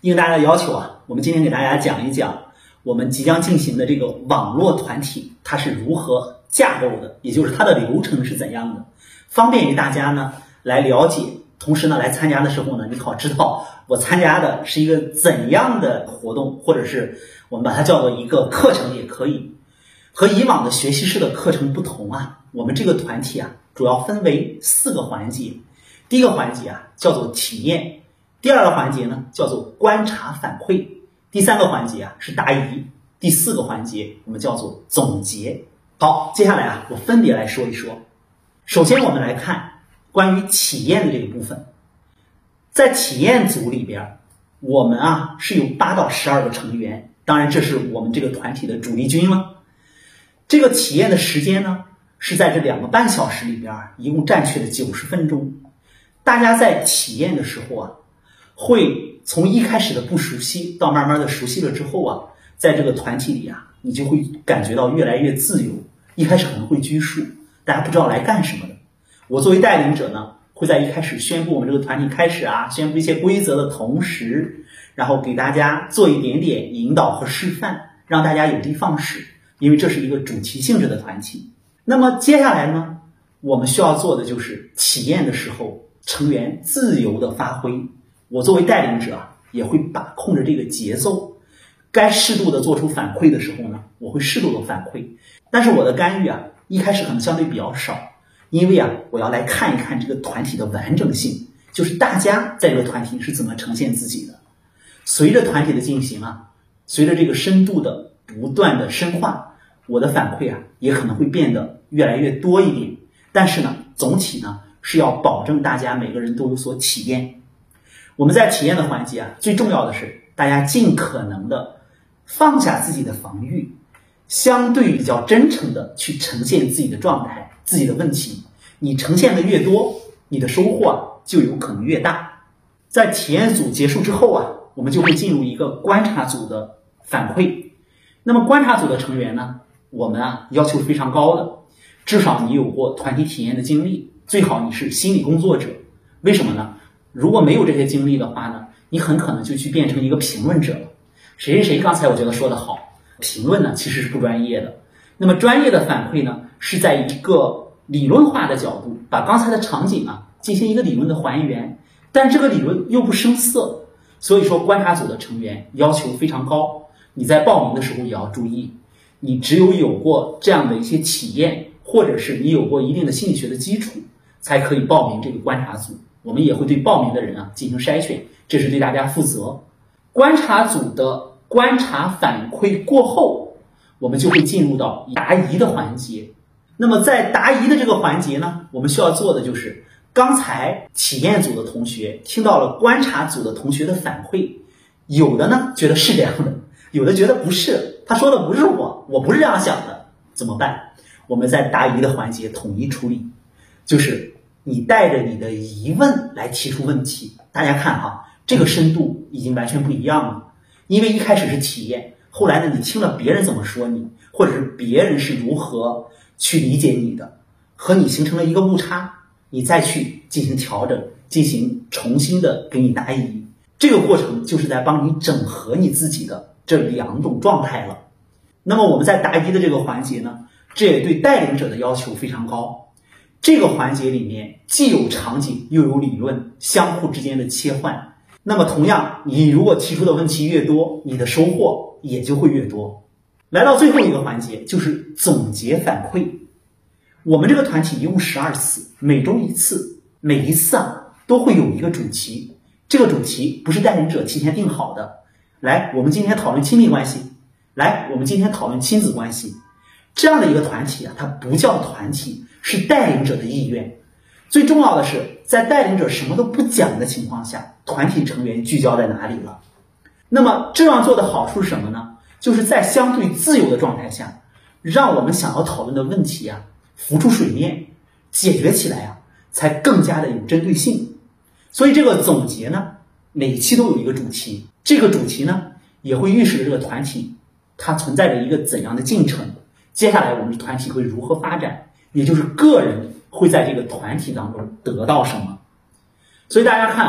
应大家的要求啊，我们今天给大家讲一讲我们即将进行的这个网络团体它是如何架构的，也就是它的流程是怎样的，方便于大家呢来了解，同时呢来参加的时候呢，你好知道我参加的是一个怎样的活动，或者是我们把它叫做一个课程也可以。和以往的学习式的课程不同啊，我们这个团体啊主要分为4个环节。第一个环节啊叫做体验，第二个环节呢叫做观察反馈，第3个环节啊是答疑，第4个环节我们叫做总结。好，接下来啊我分别来说一说。首先我们来看关于体验的这个部分。在体验组里边，我们啊是有8到12个成员，当然这是我们这个团体的主力军了。这个体验的时间呢是在这2个半小时里边，一共占据了90分钟。大家在体验的时候啊，会从一开始的不熟悉到慢慢的熟悉了之后啊，在这个团体里啊，你就会感觉到越来越自由。一开始可能会拘束，大家不知道来干什么的。我作为带领者呢，会在一开始宣布我们这个团体开始啊，宣布一些规则的同时，然后给大家做一点点引导和示范，让大家有的放矢，因为这是一个主题性质的团体。那么接下来呢，我们需要做的就是体验的时候成员自由的发挥。我作为带领者啊，也会把控着这个节奏，该适度的做出反馈的时候呢，我会适度的反馈。但是我的干预啊，一开始可能相对比较少，因为啊，我要来看一看这个团体的完整性，就是大家在这个团体是怎么呈现自己的。随着团体的进行啊，随着这个深度的不断的深化，我的反馈啊，也可能会变得越来越多一点。但是呢，总体呢是要保证大家每个人都有所体验。我们在体验的环节啊，最重要的是大家尽可能的放下自己的防御，相对比较真诚的去呈现自己的状态、自己的问题。你呈现的越多，你的收获啊就有可能越大。在体验组结束之后啊，我们就会进入一个观察组的反馈。那么观察组的成员呢，我们啊要求非常高的，至少你有过团体体验的经历，最好你是心理工作者。为什么呢？如果没有这些经历的话呢，你很可能就去变成一个评论者了。谁谁谁刚才我觉得说得好，评论呢其实是不专业的。那么专业的反馈呢，是在一个理论化的角度，把刚才的场景啊进行一个理论的还原，但这个理论又不生涩。所以说观察组的成员要求非常高，你在报名的时候也要注意，你只有过这样的一些体验，或者是你有过一定的心理学的基础，才可以报名这个观察组。我们也会对报名的人啊进行筛选，这是对大家负责。观察组的观察反馈过后，我们就会进入到答疑的环节。那么在答疑的这个环节呢，我们需要做的就是刚才体验组的同学听到了观察组的同学的反馈，有的呢觉得是这样的，有的觉得不是，他说的不是我不是这样想的，怎么办？我们在答疑的环节统一处理，就是你带着你的疑问来提出问题。大家看哈，这个深度已经完全不一样了。因为一开始是体验，后来呢你听了别人怎么说你，或者是别人是如何去理解你的，和你形成了一个误差，你再去进行调整，进行重新的给你答疑。这个过程就是在帮你整合你自己的这2种状态了。那么我们在答疑的这个环节呢，这也对带领者的要求非常高。这个环节里面既有场景又有理论，相互之间的切换。那么同样，你如果提出的问题越多，你的收获也就会越多。来到最后一个环节，就是总结反馈。我们这个团体一共12次，每周1次，每一次啊都会有一个主题。这个主题不是带领者提前定好的。来，我们今天讨论亲密关系。来，我们今天讨论亲子关系。这样的一个团体啊，它不叫团体，是带领者的意愿。最重要的是，在带领者什么都不讲的情况下，团体成员聚焦在哪里了。那么这样做的好处是什么呢？就是在相对自由的状态下，让我们想要讨论的问题啊浮出水面，解决起来啊才更加的有针对性。所以这个总结呢，每一期都有一个主题，这个主题呢也会预示着这个团体它存在着一个怎样的进程，接下来我们团体会如何发展，也就是个人会在这个团体当中得到什么。所以大家看哈，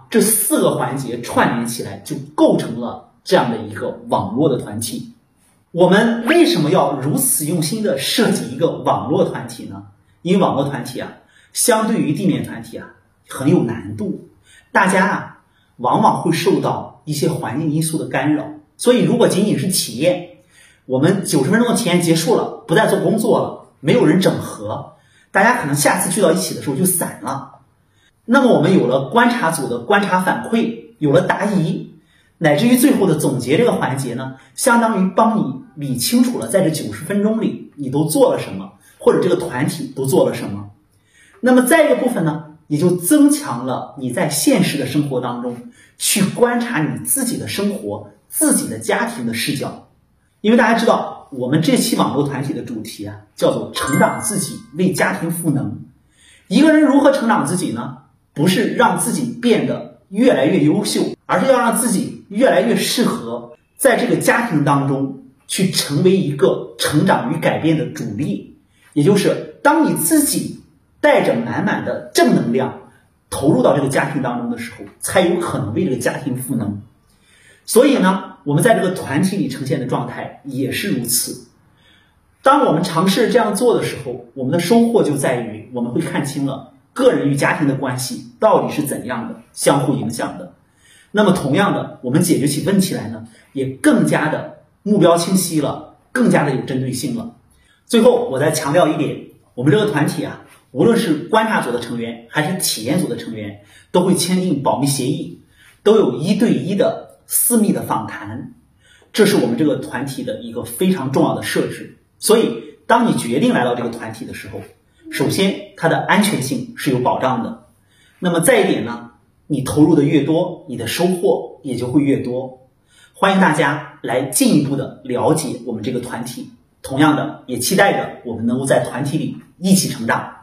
这4个环节串联起来，就构成了这样的一个网络的团体。我们为什么要如此用心的设计一个网络团体呢？因为网络团体相对于地面团体很有难度，大家往往会受到一些环境因素的干扰。所以如果仅仅是企业，我们90分钟的体验结束了，不再做工作了，没有人整合，大家可能下次聚到一起的时候就散了。那么我们有了观察组的观察反馈，有了答疑，乃至于最后的总结这个环节呢，相当于帮你理清楚了在这90分钟里你都做了什么，或者这个团体都做了什么。那么再一个部分呢，也就增强了你在现实的生活当中去观察你自己的生活、自己的家庭的视角。因为大家知道，我们这期网络团体的主题叫做成长自己，为家庭赋能。一个人如何成长自己呢？不是让自己变得越来越优秀，而是要让自己越来越适合在这个家庭当中去成为一个成长与改变的主力。也就是当你自己带着满满的正能量投入到这个家庭当中的时候，才有可能为这个家庭赋能。所以呢，我们在这个团体里呈现的状态也是如此。当我们尝试这样做的时候，我们的收获就在于我们会看清了个人与家庭的关系到底是怎样的相互影响的。那么同样的，我们解决起问题来呢，也更加的目标清晰了，更加的有针对性了。最后我再强调一点，我们这个团体无论是观察组的成员还是体验组的成员，都会签订保密协议，都有1对1的私密的访谈，这是我们这个团体的一个非常重要的设置。所以当你决定来到这个团体的时候，首先它的安全性是有保障的。那么再一点呢，你投入的越多，你的收获也就会越多。欢迎大家来进一步的了解我们这个团体，同样的也期待着我们能够在团体里一起成长。